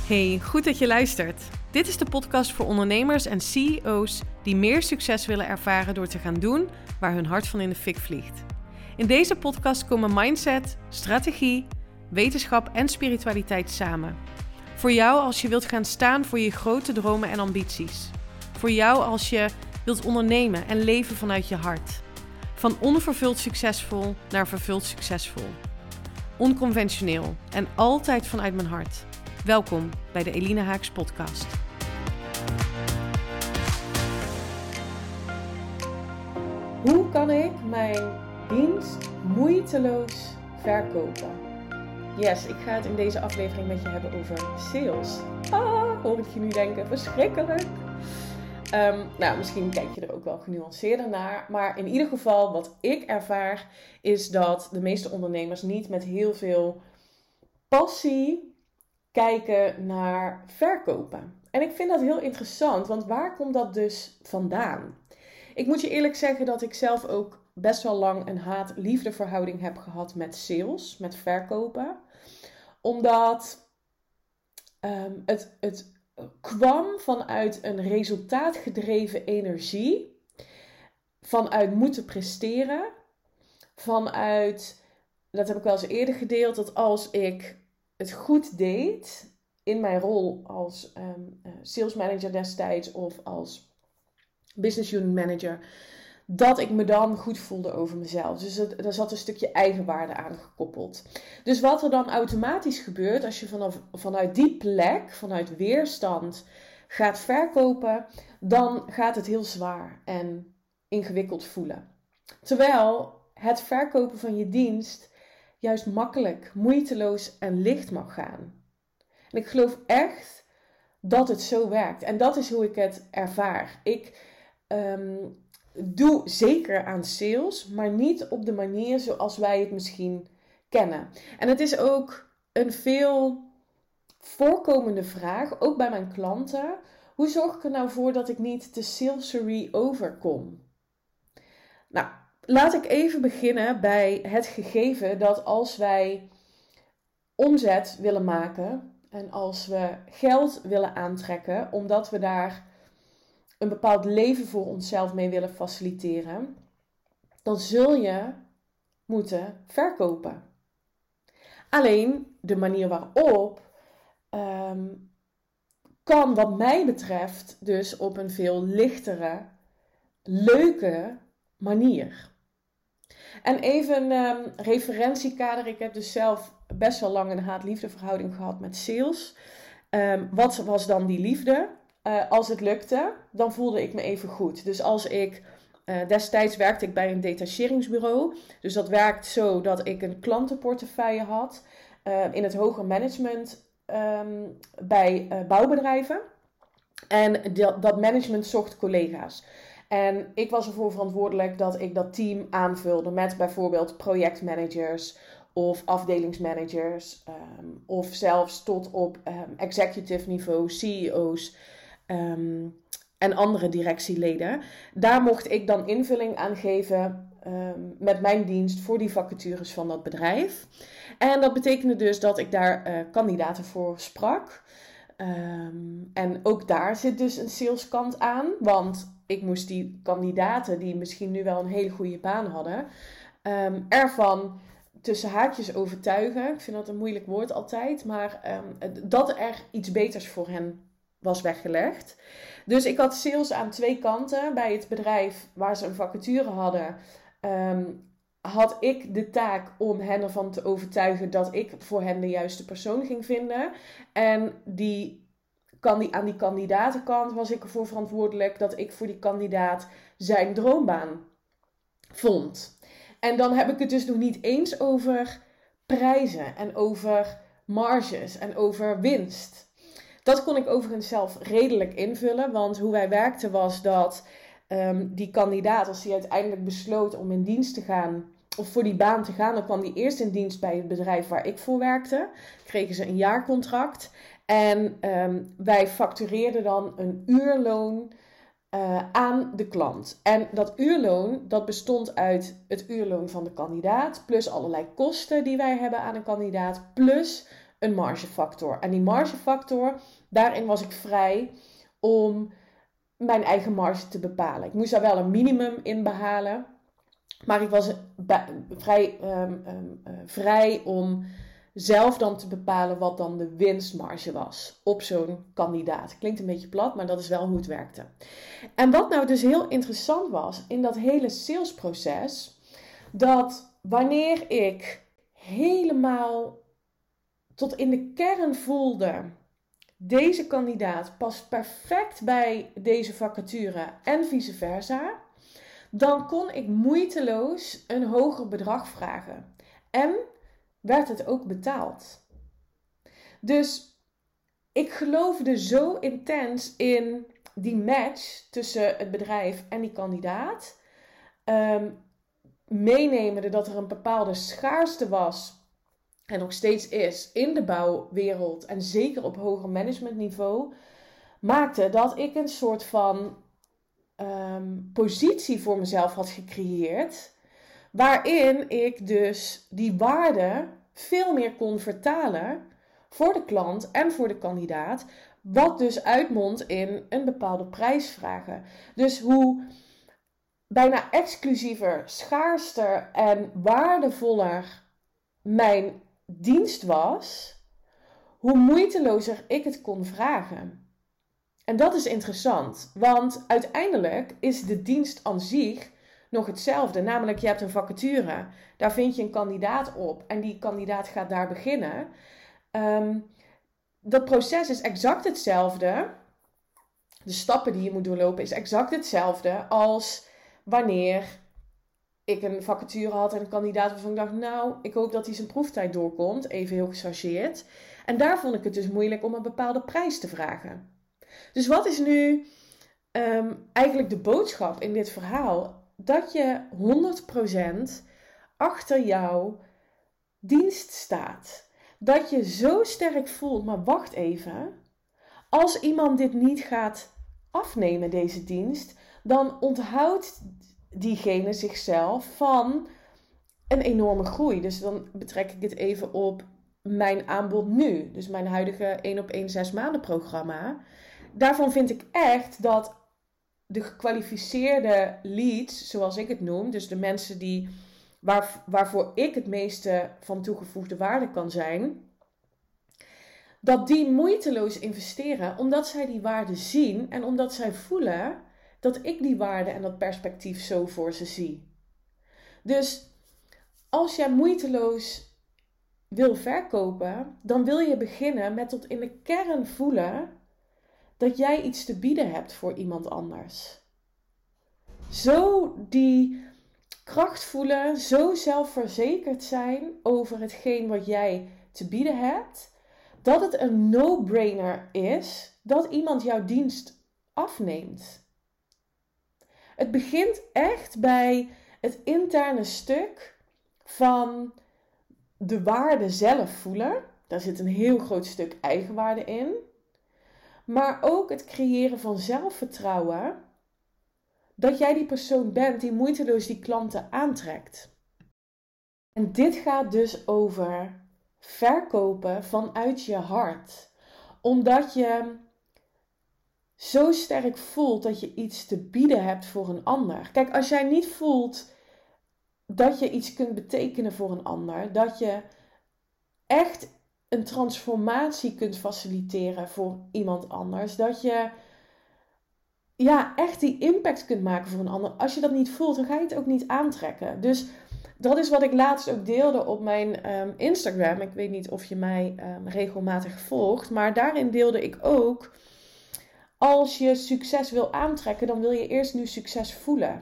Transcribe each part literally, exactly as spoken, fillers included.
Hey, goed dat je luistert. Dit is de podcast voor ondernemers en C E O's die meer succes willen ervaren door te gaan doen waar hun hart van in de fik vliegt. In deze podcast komen mindset, strategie, wetenschap en spiritualiteit samen. Voor jou als je wilt gaan staan voor je grote dromen en ambities. Voor jou als je wilt ondernemen en leven vanuit je hart. Van onvervuld succesvol naar vervuld succesvol. Onconventioneel en altijd vanuit mijn hart. Welkom bij de Eline Haaks podcast. Hoe kan ik mijn dienst moeiteloos verkopen? Yes, ik ga het in deze aflevering met je hebben over sales. Ah, hoor ik je nu denken, verschrikkelijk. Um, nou, misschien kijk je er ook wel genuanceerder naar. Maar in ieder geval, wat ik ervaar, is dat de meeste ondernemers niet met heel veel passie kijken naar verkopen. En ik vind dat heel interessant, want waar komt dat dus vandaan? Ik moet je eerlijk zeggen dat ik zelf ook best wel lang een haat-liefde verhouding heb gehad met sales, met verkopen. Omdat um, het, het kwam vanuit een resultaatgedreven energie, vanuit moeten presteren, vanuit, dat heb ik wel eens eerder gedeeld, dat als ik het goed deed in mijn rol als um, sales manager destijds of als business unit manager, dat ik me dan goed voelde over mezelf. Dus het, er zat een stukje eigenwaarde aan gekoppeld. Dus wat er dan automatisch gebeurt als je vanaf, vanuit die plek, vanuit weerstand gaat verkopen, dan gaat het heel zwaar en ingewikkeld voelen. Terwijl het verkopen van je dienst juist makkelijk, moeiteloos en licht mag gaan. En ik geloof echt dat het zo werkt. En dat is hoe ik het ervaar. Ik um, doe zeker aan sales, maar niet op de manier zoals wij het misschien kennen. En het is ook een veel voorkomende vraag, ook bij mijn klanten. Hoe zorg ik er nou voor dat ik niet te salesery overkom? Nou, laat ik even beginnen bij het gegeven dat als wij omzet willen maken en als we geld willen aantrekken, omdat we daar een bepaald leven voor onszelf mee willen faciliteren, dan zul je moeten verkopen. Alleen de manier waarop um, kan wat mij betreft dus op een veel lichtere, leuke manier. En even een um, referentiekader. Ik heb dus zelf best wel lang een haat-liefde verhouding gehad met sales. Um, wat was dan die liefde? Uh, als het lukte, dan voelde ik me even goed. Dus als ik, uh, destijds werkte ik bij een detacheringsbureau. Dus dat werkt zo dat ik een klantenportefeuille had uh, in het hoger management um, bij uh, bouwbedrijven. En dat, dat management zocht collega's. En ik was ervoor verantwoordelijk dat ik dat team aanvulde met bijvoorbeeld projectmanagers of afdelingsmanagers. Um, of zelfs tot op um, executive niveau, C E O's um, en andere directieleden. Daar mocht ik dan invulling aan geven um, met mijn dienst voor die vacatures van dat bedrijf. En dat betekende dus dat ik daar uh, kandidaten voor sprak. Um, en ook daar zit dus een saleskant aan, want ik moest die kandidaten die misschien nu wel een hele goede baan hadden, um, ervan tussen haakjes overtuigen. Ik vind dat een moeilijk woord altijd, maar um, dat er iets beters voor hen was weggelegd. Dus ik had sales aan twee kanten. Bij het bedrijf waar ze een vacature hadden, um, had ik de taak om hen ervan te overtuigen dat ik voor hen de juiste persoon ging vinden. En die aan die kandidatenkant was ik ervoor verantwoordelijk dat ik voor die kandidaat zijn droombaan vond. En dan heb ik het dus nog niet eens over prijzen en over marges en over winst. Dat kon ik overigens zelf redelijk invullen, want hoe wij werkten was dat um, die kandidaat, als hij uiteindelijk besloot om in dienst te gaan, of voor die baan te gaan, dan kwam die eerst in dienst bij het bedrijf waar ik voor werkte. Kregen ze een jaarcontract. En um, wij factureerden dan een uurloon uh, aan de klant. En dat uurloon, dat bestond uit het uurloon van de kandidaat, plus allerlei kosten die wij hebben aan een kandidaat, plus een margefactor. En die margefactor, daarin was ik vrij om mijn eigen marge te bepalen. Ik moest daar wel een minimum in behalen. Maar ik was vrij, um, um, uh, vrij om zelf dan te bepalen wat dan de winstmarge was op zo'n kandidaat. Klinkt een beetje plat, maar dat is wel hoe het werkte. En wat nou dus heel interessant was in dat hele salesproces, dat wanneer ik helemaal tot in de kern voelde, deze kandidaat past perfect bij deze vacature en vice versa, dan kon ik moeiteloos een hoger bedrag vragen. En werd het ook betaald. Dus ik geloofde zo intens in die match tussen het bedrijf en die kandidaat. Um, meenemende dat er een bepaalde schaarste was en nog steeds is in de bouwwereld en zeker op hoger managementniveau, maakte dat ik een soort van um, positie voor mezelf had gecreëerd, waarin ik dus die waarde veel meer kon vertalen voor de klant en voor de kandidaat, wat dus uitmondt in een bepaalde prijs vragen. Dus hoe bijna exclusiever, schaarster en waardevoller mijn dienst was, hoe moeitelozer ik het kon vragen. En dat is interessant, want uiteindelijk is de dienst aan zich nog hetzelfde. Namelijk, je hebt een vacature, daar vind je een kandidaat op en die kandidaat gaat daar beginnen. Um, dat proces is exact hetzelfde. De stappen die je moet doorlopen is exact hetzelfde als wanneer ik een vacature had en een kandidaat waarvan ik dacht, nou, ik hoop dat hij zijn proeftijd doorkomt. Even heel gechargeerd. En daar vond ik het dus moeilijk om een bepaalde prijs te vragen. Dus wat is nu um, eigenlijk de boodschap in dit verhaal? Dat je honderd procent achter jouw dienst staat. Dat je zo sterk voelt, maar wacht even. Als iemand dit niet gaat afnemen, deze dienst, dan onthoudt diegene zichzelf van een enorme groei. Dus dan betrek ik het even op mijn aanbod nu. Dus mijn huidige één op één zes maanden programma. Daarvan vind ik echt dat de gekwalificeerde leads, zoals ik het noem, dus de mensen die, waar, waarvoor ik het meeste van toegevoegde waarde kan zijn, dat die moeiteloos investeren, omdat zij die waarde zien en omdat zij voelen dat ik die waarde en dat perspectief zo voor ze zie. Dus als jij moeiteloos wil verkopen, dan wil je beginnen met tot in de kern voelen dat jij iets te bieden hebt voor iemand anders. Zo die kracht voelen, zo zelfverzekerd zijn over hetgeen wat jij te bieden hebt, dat het een no-brainer is dat iemand jouw dienst afneemt. Het begint echt bij het interne stuk van de waarde zelf voelen. Daar zit een heel groot stuk eigenwaarde in. Maar ook het creëren van zelfvertrouwen. Dat jij die persoon bent die moeiteloos die klanten aantrekt. En dit gaat dus over verkopen vanuit je hart. Omdat je zo sterk voelt dat je iets te bieden hebt voor een ander. Kijk, als jij niet voelt dat je iets kunt betekenen voor een ander, dat je echt een transformatie kunt faciliteren voor iemand anders, dat je ja, echt die impact kunt maken voor een ander. Als je dat niet voelt, dan ga je het ook niet aantrekken. Dus dat is wat ik laatst ook deelde op mijn um, Instagram. Ik weet niet of je mij um, regelmatig volgt, maar daarin deelde ik ook, als je succes wil aantrekken, dan wil je eerst nu succes voelen.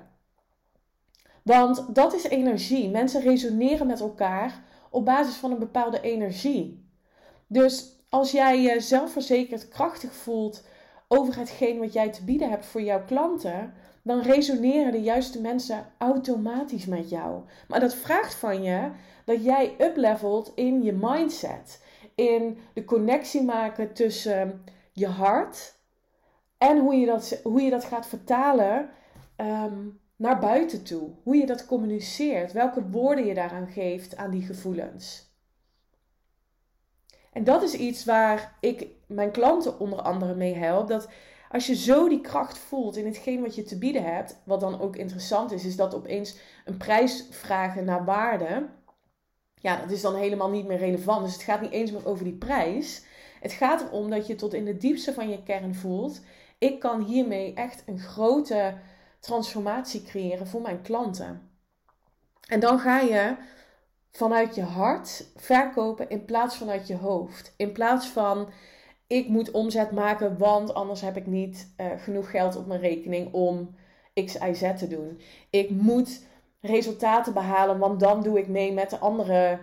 Want dat is energie. Mensen resoneren met elkaar op basis van een bepaalde energie. Dus als jij je zelfverzekerd krachtig voelt over hetgeen wat jij te bieden hebt voor jouw klanten, dan resoneren de juiste mensen automatisch met jou. Maar dat vraagt van je dat jij uplevelt in je mindset. In de connectie maken tussen je hart en hoe je dat, hoe je dat gaat vertalen um, naar buiten toe. Hoe je dat communiceert. Welke woorden je daaraan geeft aan die gevoelens. En dat is iets waar ik mijn klanten onder andere mee help. Dat als je zo die kracht voelt in hetgeen wat je te bieden hebt. Wat dan ook interessant is, is dat opeens een prijs vragen naar waarde. Ja, dat is dan helemaal niet meer relevant. Dus het gaat niet eens meer over die prijs. Het gaat erom dat je tot in de diepste van je kern voelt. Ik kan hiermee echt een grote transformatie creëren voor mijn klanten. En dan ga je vanuit je hart verkopen in plaats vanuit je hoofd. In plaats van, ik moet omzet maken, want anders heb ik niet uh, genoeg geld op mijn rekening om X, Y, Z te doen. Ik moet resultaten behalen, want dan doe ik mee met de andere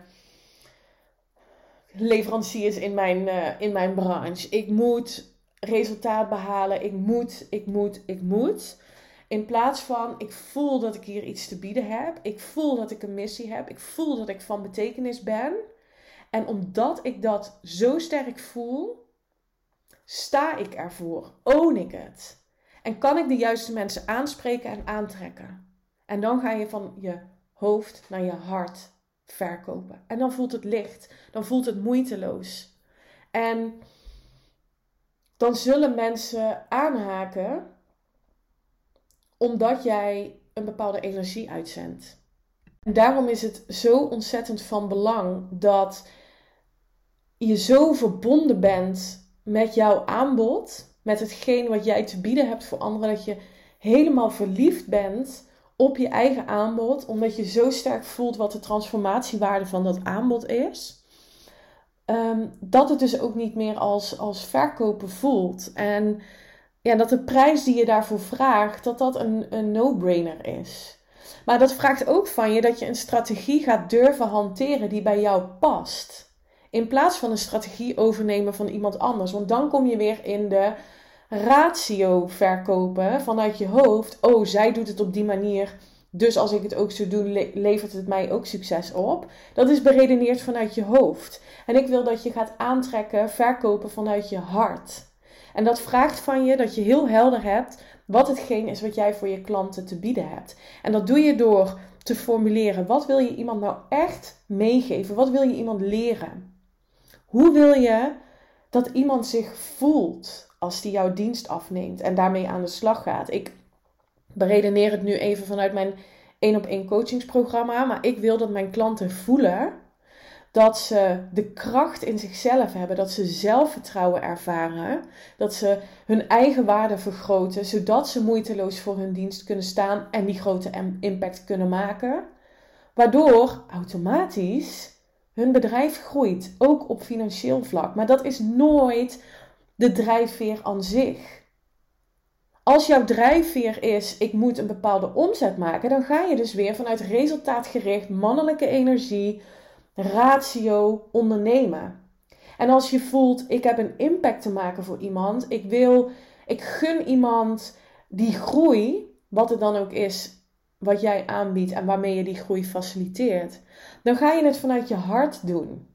leveranciers in mijn, uh, in mijn branche. Ik moet resultaat behalen, ik moet, ik moet, ik moet. In plaats van, ik voel dat ik hier iets te bieden heb. Ik voel dat ik een missie heb. Ik voel dat ik van betekenis ben. En omdat ik dat zo sterk voel, sta ik ervoor. Own ik het. En kan ik de juiste mensen aanspreken en aantrekken. En dan ga je van je hoofd naar je hart verkopen. En dan voelt het licht. Dan voelt het moeiteloos. En dan zullen mensen aanhaken omdat jij een bepaalde energie uitzendt. En daarom is het zo ontzettend van belang dat je zo verbonden bent met jouw aanbod, met hetgeen wat jij te bieden hebt voor anderen, dat je helemaal verliefd bent op je eigen aanbod, omdat je zo sterk voelt wat de transformatiewaarde van dat aanbod is. Um, dat het dus ook niet meer als, als verkopen voelt. En ja, dat de prijs die je daarvoor vraagt, dat dat een, een no-brainer is. Maar dat vraagt ook van je dat je een strategie gaat durven hanteren die bij jou past. In plaats van een strategie overnemen van iemand anders. Want dan kom je weer in de ratio verkopen vanuit je hoofd. Oh, zij doet het op die manier, dus als ik het ook zou doen, le- levert het mij ook succes op. Dat is beredeneerd vanuit je hoofd. En ik wil dat je gaat aantrekken, verkopen vanuit je hart. En dat vraagt van je dat je heel helder hebt wat hetgeen is wat jij voor je klanten te bieden hebt. En dat doe je door te formuleren. Wat wil je iemand nou echt meegeven? Wat wil je iemand leren? Hoe wil je dat iemand zich voelt als die jouw dienst afneemt en daarmee aan de slag gaat? Ik beredeneer het nu even vanuit mijn één op één coachingsprogramma. Maar ik wil dat mijn klanten voelen dat ze de kracht in zichzelf hebben. Dat ze zelfvertrouwen ervaren. Dat ze hun eigen waarde vergroten. Zodat ze moeiteloos voor hun dienst kunnen staan. En die grote impact kunnen maken. Waardoor automatisch hun bedrijf groeit. Ook op financieel vlak. Maar dat is nooit de drijfveer aan zich. Als jouw drijfveer is, ik moet een bepaalde omzet maken. Dan ga je dus weer vanuit resultaatgericht, mannelijke energie, ratio ondernemen. En als je voelt, ik heb een impact te maken voor iemand. Ik wil, ik gun iemand die groei, wat het dan ook is, wat jij aanbiedt en waarmee je die groei faciliteert. Dan ga je het vanuit je hart doen.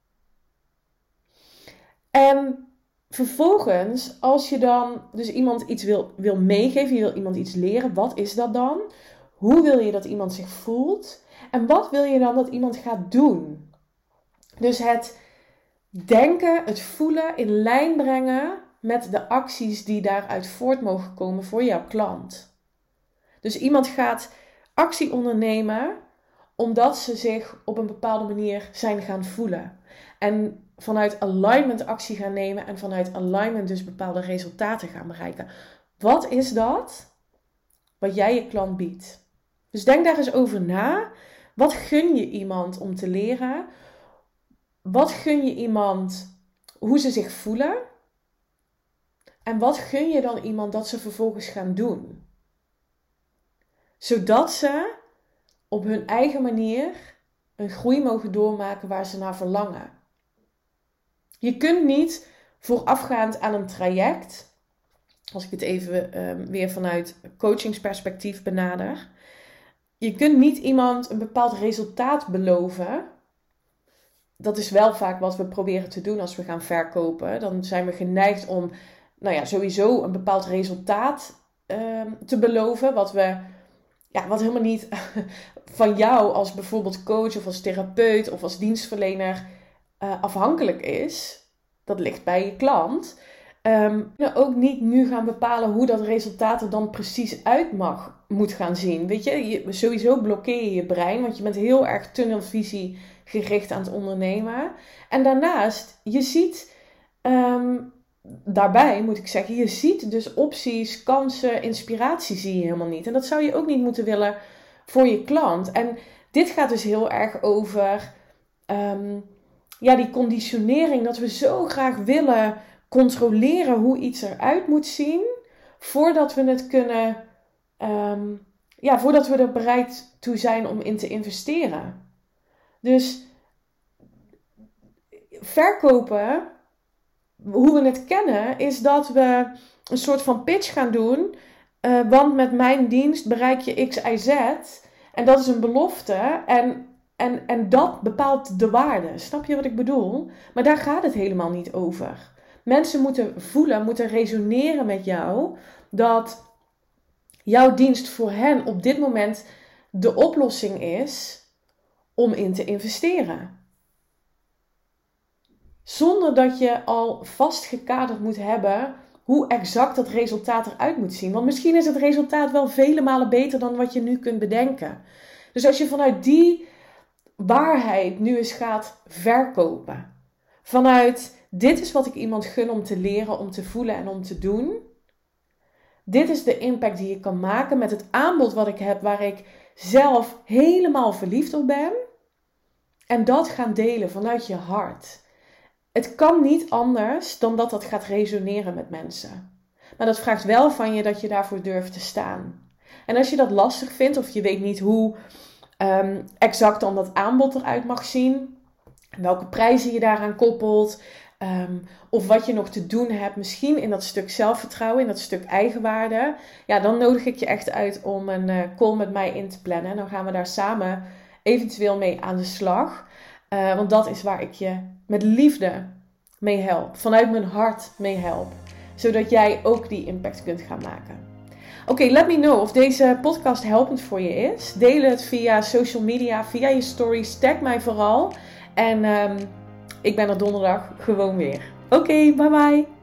En vervolgens, als je dan dus iemand iets wil, wil meegeven, je wil iemand iets leren, wat is dat dan? Hoe wil je dat iemand zich voelt? En wat wil je dan dat iemand gaat doen? Dus het denken, het voelen in lijn brengen met de acties die daaruit voort mogen komen voor jouw klant. Dus iemand gaat actie ondernemen omdat ze zich op een bepaalde manier zijn gaan voelen. En vanuit alignment actie gaan nemen en vanuit alignment dus bepaalde resultaten gaan bereiken. Wat is dat wat jij je klant biedt? Dus denk daar eens over na. Wat gun je iemand om te leren? Wat gun je iemand hoe ze zich voelen? En wat gun je dan iemand dat ze vervolgens gaan doen? Zodat ze op hun eigen manier een groei mogen doormaken waar ze naar verlangen. Je kunt niet voorafgaand aan een traject, als ik het even uh, weer vanuit coachingsperspectief benader. Je kunt niet iemand een bepaald resultaat beloven. Dat is wel vaak wat we proberen te doen als we gaan verkopen. Dan zijn we geneigd om nou ja, sowieso een bepaald resultaat uh, te beloven. Wat, we, ja, wat helemaal niet van jou als bijvoorbeeld coach of als therapeut of als dienstverlener uh, afhankelijk is, dat ligt bij je klant, um, kunnen ook niet nu gaan bepalen hoe dat resultaat er dan precies uit mag, moet gaan zien. Weet je, je sowieso blokkeer je je brein, want je bent heel erg tunnelvisie gericht aan het ondernemen. En daarnaast, je ziet, um, daarbij moet ik zeggen, je ziet dus opties, kansen, inspiratie zie je helemaal niet. En dat zou je ook niet moeten willen voor je klant. En dit gaat dus heel erg over um, ja, die conditionering, dat we zo graag willen controleren hoe iets eruit moet zien, voordat we het kunnen, um, ja, voordat we er bereid toe zijn om in te investeren. Dus verkopen, hoe we het kennen, is dat we een soort van pitch gaan doen. Uh, want met mijn dienst bereik je X, Y, Z. En dat is een belofte. En, en, en dat bepaalt de waarde. Snap je wat ik bedoel? Maar daar gaat het helemaal niet over. Mensen moeten voelen, moeten resoneren met jou, dat jouw dienst voor hen op dit moment de oplossing is om in te investeren. Zonder dat je al vastgekaderd moet hebben hoe exact dat resultaat eruit moet zien. Want misschien is het resultaat wel vele malen beter dan wat je nu kunt bedenken. Dus als je vanuit die waarheid nu eens gaat verkopen. Vanuit dit is wat ik iemand gun om te leren, om te voelen en om te doen. Dit is de impact die je kan maken met het aanbod wat ik heb, waar ik zelf helemaal verliefd op ben. En dat gaan delen vanuit je hart. Het kan niet anders dan dat dat gaat resoneren met mensen. Maar dat vraagt wel van je dat je daarvoor durft te staan. En als je dat lastig vindt of je weet niet hoe um, exact dan dat aanbod eruit mag zien, welke prijzen je daaraan koppelt, um, of wat je nog te doen hebt, misschien in dat stuk zelfvertrouwen, in dat stuk eigenwaarde, ja, dan nodig ik je echt uit om een uh, call met mij in te plannen. En dan gaan we daar samen eventueel mee aan de slag. Uh, want dat is waar ik je met liefde mee help. Vanuit mijn hart mee help. Zodat jij ook die impact kunt gaan maken. Oké, okay, let me know of deze podcast helpend voor je is. Deel het via social media, via je stories. Tag mij vooral. En um, ik ben er donderdag gewoon weer. Oké, okay, bye bye.